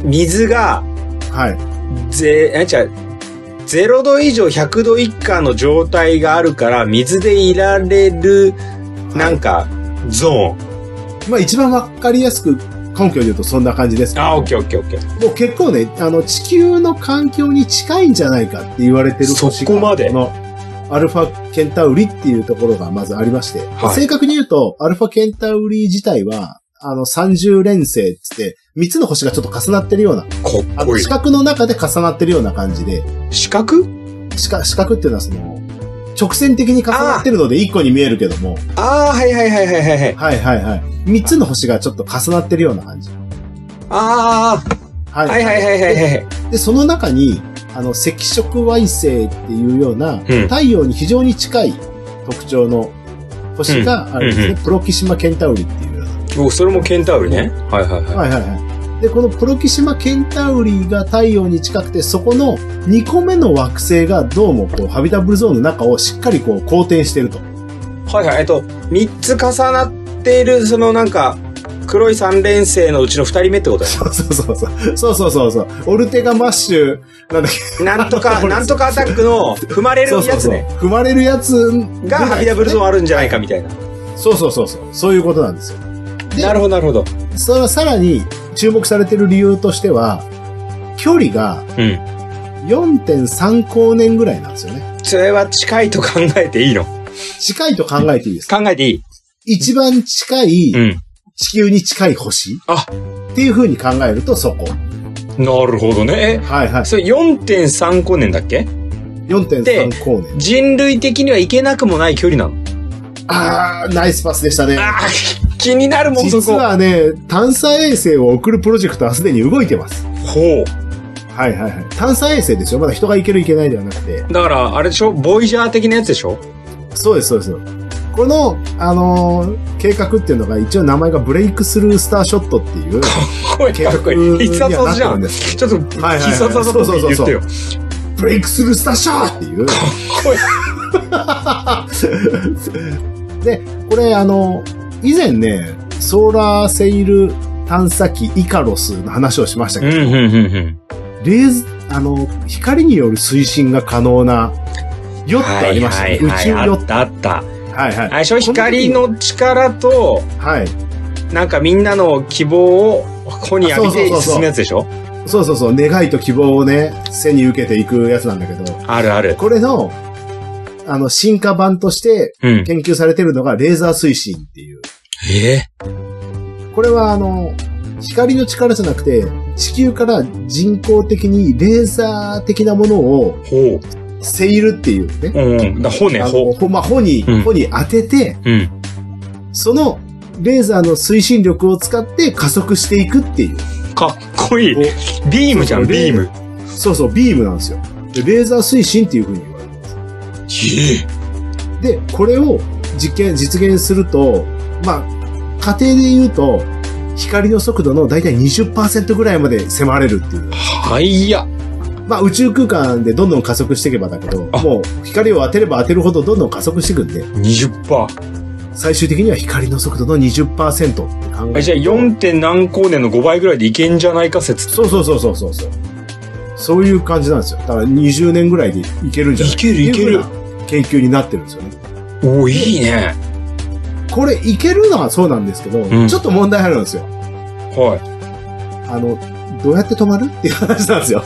水が、 はい。 0度以上100度以下の状態があるから水でいられるなんかゾーン。 まあ一番わかりやすく根拠で言うとそんな感じですけど。 オッケー。 もう結構ね、地球の環境に近いんじゃないかって言われてる星が。 そこまで。 このアルファケンタウリっていうところがまずありまして。正確に言うと、アルファケンタウリ自体は、30連星つって、3つの星がちょっと重なってるような。 かっこいい。 四角の中で重なってるような感じで。 四角四角っていうのは直線的に重なってるので1個に見えるけども。 はい。 3つの星がちょっと重なってるような感じ。 はい。 で、その中に、赤色矮星っていうような、太陽に非常に近い特徴の星があるんですね。プロキシマケンタウリっていう。 それもケンタウリね。 はい。で、このプロキシマケンタウリが太陽に近くて、そこの2個目の惑星がどうもハビタブルゾーンの中をしっかり公転してると。 3つ重なっている、なんか、黒い3連星のうちの2人目ってことだよね。 そう。オルテガマッシュ、なんだっけ。 なんとかアタックの踏まれるやつね。 踏まれるやつがハビタブルゾーンあるんじゃないかみたいな。 そう。そういうことなんですよ。 なるほど。 それはさらに注目されている理由としては、距離が 4.3 光年ぐらいなんですよね。 それは近いと考えていいの？ 近いと考えていいですか？ 考えていい。 一番近い、地球に近い星っていう風に考えるとそこ。 なるほどね。 はい。 それ 4.3 光年だっけ？ 4.3 光年。 人類的には行けなくもない距離なの。 ナイスパスでしたね。 気になるもん、そこ。 実はね、探査衛星を送るプロジェクトはすでに動いてます。 ほう。 はい。探査衛星ですよ。まだ人が行ける行けないではなくて。 だから、あれでしょ？ボイジャー的なやつでしょ？ そうです。この、計画っていうのが一応名前がブレイクスルースターショットっていう。 かっこいい。必殺技じゃん。ちょっと、必殺技と言ってよ。 ブレイクスルースターショットっていう。 かっこいい。で、これ以前ね、ソーラーセイル探査機イカロスの話をしましたけど、光による推進が可能なヨットありましたね。宇宙ヨット。 あった。 はい。 光の力と、なんかみんなの希望をここに浴びて進むやつでしょ？ そう。願いと希望をね、背に受けていくやつなんだけど。 ある。 これの、進化版として研究されてるのがレーザー推進っていう。 これは光の力じゃなくて、地球から人工的にレーザー的なものを、セイルっていうね。 帆ね、 帆に当てて、そのレーザーの推進力を使って加速していくっていう。 かっこいい。ビームじゃん、ビーム。 そうそう、ビームなんですよ。でレーザー推進っていう風に言われてます。で、これを実現すると、まあ、家庭で言うと、光の速度のだいたい 20% ぐらいまで迫れるっていう。 はいや。 まあ宇宙空間でどんどん加速していけばだけど、もう光を当てれば当てるほどどんどん加速していくんで。 20%。 最終的には光の速度の 20% って考える。 じゃあ 4. 点何光年の5倍ぐらいでいけんじゃないか説。 そう。そういう感じなんですよ。だから20年ぐらいでいけるんじゃないか。 いける。 研究になってるんですよね。 おー、いいね。 これいけるのはそうなんですけど、ちょっと問題あるんですよ。 はい。 どうやって止まるっていう話なんですよ。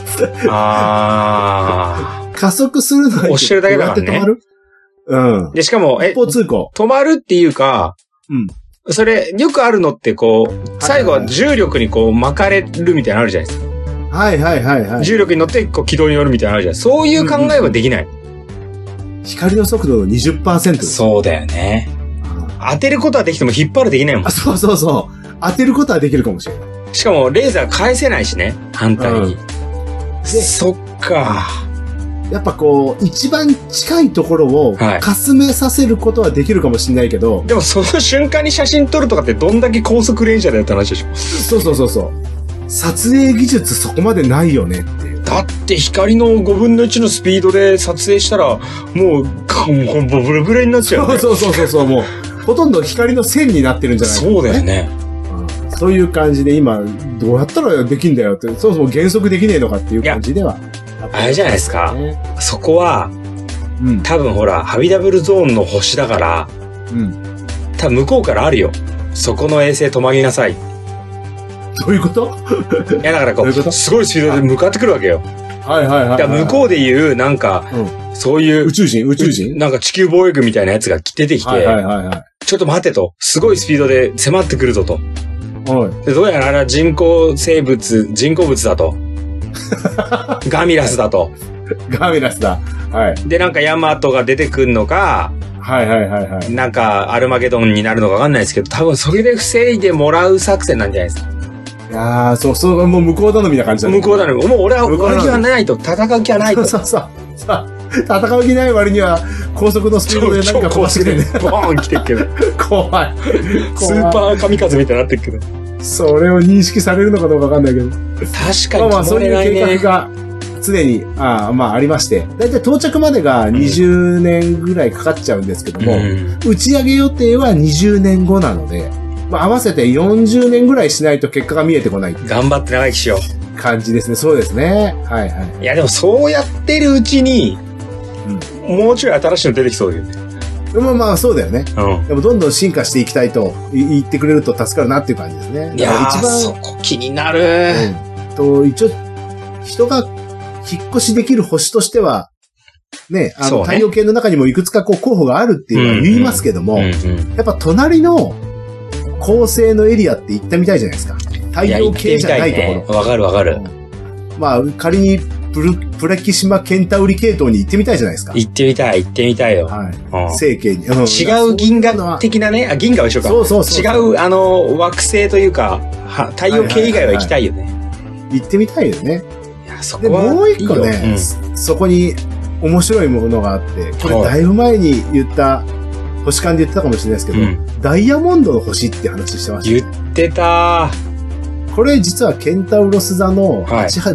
加速するのは押してるだけだからね。 どうやって止まる？ で、しかも、 一方通行。 止まるっていうか、それ、よくあるのってこう、最後は重力にこう巻かれるみたいなのあるじゃないですか。はい。重力に乗ってこう軌道に乗るみたいなのあるじゃないですか。そういう考えはできない。 光の速度の 20%。 そうだよね。当てることはできても引っ張るできないもん。 そう。当てることはできるかもしれない。 しかもレーザー返せないしね、反対に。そっか。 やっぱこう、一番近いところを霞めさせることはできるかもしれないけど。 でもその瞬間に写真撮るとかってどんだけ高速連射だよって話でしょ。 そう。撮影技術そこまでないよねっていう。 だって光の5分の1のスピードで撮影したら、もうブレブレになっちゃう、ね。 そう。もう、ほとんど光の線になってるんじゃないか、ね。 そうだよね。 そういう感じで今、どうやったらできんだよって、そもそも減速できねえのかっていう感じでは。 あれじゃないですか。そこは、多分ほら、ハビタブルゾーンの星だから、多分向こうからあるよ。そこの衛星止まりなさい。 どういうこと？ いや、だからこう、すごいスピードで向かってくるわけよ。 はい。 だから向こうで言う、なんか、そういう。 宇宙人なんか地球防衛軍みたいなやつが出てきて、ちょっと待てと。すごいスピードで迫ってくるぞと。でどうやらあれは人工物だと。ガミラスだと。 ガミラスだ。はい。 で、なんかヤマトが出てくんのか、なんかアルマゲドンになるのかわかんないですけど、多分それで防いでもらう作戦なんじゃないですか。 いやー、そう、もう向こう頼みな感じだね。 向こう頼み。もう俺は上着はないと、戦う気はないと。 そう。戦う気ない割には、高速のスピードで何か飛ばしてるね。 ボーン来てるけど。 怖い。 スーパー神風みたいになってるけど。 それを認識されるのかどうかわかんないけど。 確かに。 まあそういう計画が常に、ありまして。だいたい到着までが20年ぐらいかかっちゃうんですけども、打ち上げ予定は20年後なので、合わせて40年ぐらいしないと結果が見えてこない。 頑張って長生きしよう。感じですね。そうですね。はい。 いやでもそうやってるうちに、もうちょい新しいの出てきそうだよね。 まあそうだよね。でもどんどん進化していきたいと言ってくれると助かるなっていう感じですね。 いやー、そこ気になる。 一応、人が引っ越しできる星としては、ね、太陽系の中にもいくつか候補があるっていうのは言いますけども、やっぱ隣の恒星のエリアって行ってみたいじゃないですか。太陽系じゃないところ。 わかる。 まあ、仮にプレキシマケンタウリ系統に行ってみたいじゃないですか。 行ってみたいよ。 星系に。 違う銀河的なね、銀河は一緒か。そう。違う、惑星というか、太陽系以外は行きたいよね。 行ってみたいよね。 いや、そこは。 で、もう一個ね、そこに面白いものがあって、これだいぶ前に言った、星間で言ってたかもしれないですけど、ダイヤモンドの星って話してました。 言ってた。 これ実はケンタウロス座の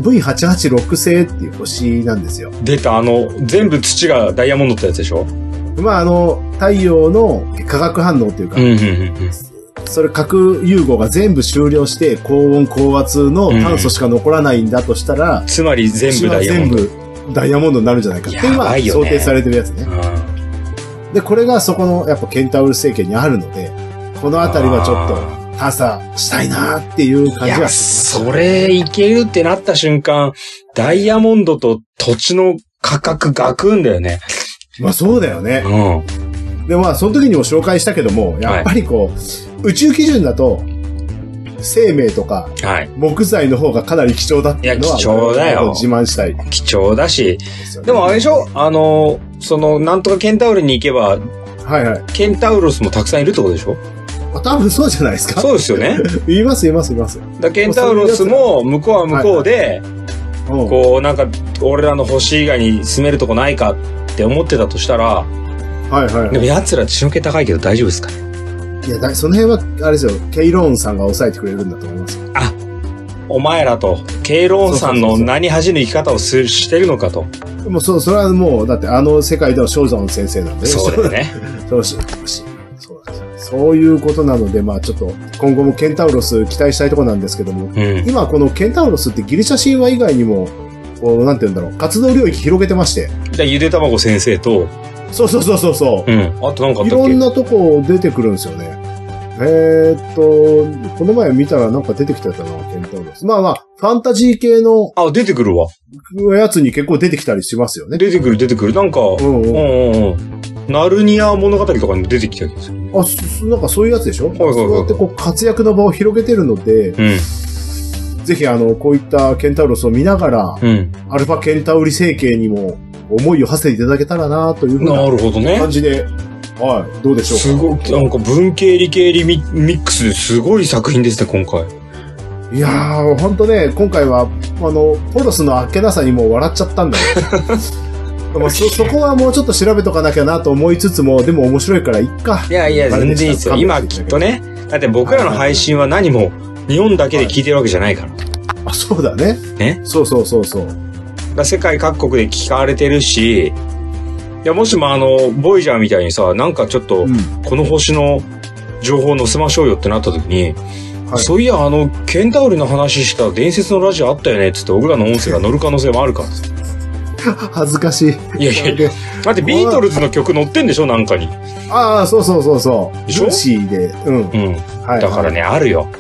V886 星っていう星なんですよ。 出た、全部土がダイヤモンドってやつでしょ？ まあ太陽の化学反応というか、それ核融合が全部終了して高温高圧の炭素しか残らないんだとしたら、 つまり全部ダイヤモンド。 全部ダイヤモンドになるんじゃないかっていうのは想定されてるやつね。で、これがそこのやっぱケンタウルス星系にあるので、このあたりはちょっと、探査したいなっていう感じがする。それいけるってなった瞬間、ダイヤモンドと土地の価格ガクんだよね。 まあそうだよね。で、まあその時にも紹介したけども、やっぱりこう、 宇宙基準だと、生命とか、 はい。 木材の方がかなり貴重だっていうのは、 いや貴重だよ自慢したい。 貴重だし、 よねでもあれでしょなんとかケンタウルに行けば、 はいはい。 ケンタウロスもたくさんいるってことでしょ？ 多分そうじゃないですか。 そうですよね。 います。 ケンタウロスも向こうは向こうで、こうなんか俺らの星以外に住めるとこないかって思ってたとしたら、 はいはい。 でも奴ら血の気高いけど大丈夫ですかね？ いや、その辺は、あれですよ、ケイローンさんが抑えてくれるんだと思いますよ。 あ、お前らと、ケイローンさんの何恥の生き方をしてるのかと。 もうそれはもう、だって世界ではショーゾン先生なんで。 そうだよね。 そういうことなので、まあちょっと、今後もケンタウロス期待したいところなんですけども、今このケンタウロスってギリシャ神話以外にも、こう、なんて言うんだろう、活動領域広げてまして。 ゆで卵先生と、 そう。 あとなんかあったっけ？ いろんなとこ出てくるんですよね。この前見たらなんか出てきてたな、ケンタウロス。まあ、ファンタジー系の。 出てくるわ。 やつに結構出てきたりしますよね。 出てくる。なんか、ナルニア物語とかに出てきた気がする。 なんかそういうやつでしょ？そうやってこう活躍の場を広げてるので、ぜひこういったケンタウロスを見ながら、アルファケンタウリ星系にも思いを馳せていただけたらなというふうな感じで、はい、どうでしょうか。 すごい、なんか文系理系ミックスですごい作品ですね、今回。 いやー、ほんとね、今回は、ポロスのあっけなさにもう笑っちゃったんだよ。そこはもうちょっと調べとかなきゃなと思いつつも、でも面白いからいっか。 いや、全然いいですよ。今きっとね、だって僕らの配信は何も日本だけで聞いてるわけじゃないから。 あ、そうだね。 ね。 そう。 世界各国で聞かれてるし、いや、もしもボイジャーみたいにさ、なんかちょっと、この星の情報を載せましょうよってなった時に、そういや、ケンタウルの話した伝説のラジオあったよねっつって、僕らの音声が載る可能性もあるからさ。 恥ずかしい。 いや。だってビートルズの曲載ってんでしょ、なんかに。 ああ、そう。 でしょ？ ルーシーで。 だからね、あるよ。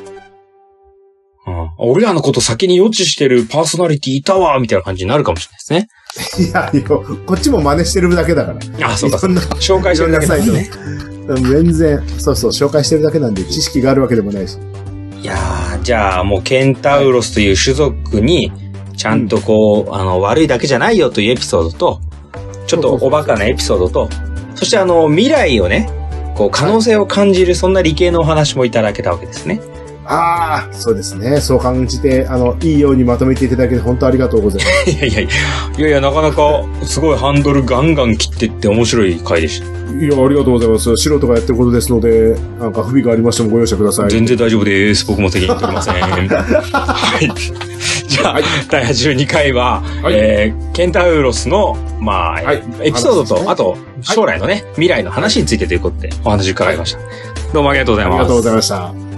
俺らのこと先に予知してるパーソナリティいたわ、みたいな感じになるかもしれないですね。いや、こっちも真似してるだけだから。 そうか。紹介してるだけだね。 全然、紹介してるだけなんで、知識があるわけでもないし。 いやー、じゃあもうケンタウロスという種族に、ちゃんとこう、悪いだけじゃないよというエピソードと、ちょっとおバカなエピソードと、そして未来をね、こう、可能性を感じる、そんな理系のお話もいただけたわけですね。 ああ、そうですね。そう感じて、いいようにまとめていただけて本当ありがとうございます。 いや、なかなか、すごいハンドルガンガン切ってって面白い回でした。 いや、ありがとうございます。素人がやってることですので、なんか不備がありましてもご容赦ください。 全然大丈夫です。僕も責任取りません。はい。じゃあ、第82回は、ケンタウロスの、エピソードと、あと、将来のね、未来の話についてということでお話伺いました。どうもありがとうございます。 ありがとうございました。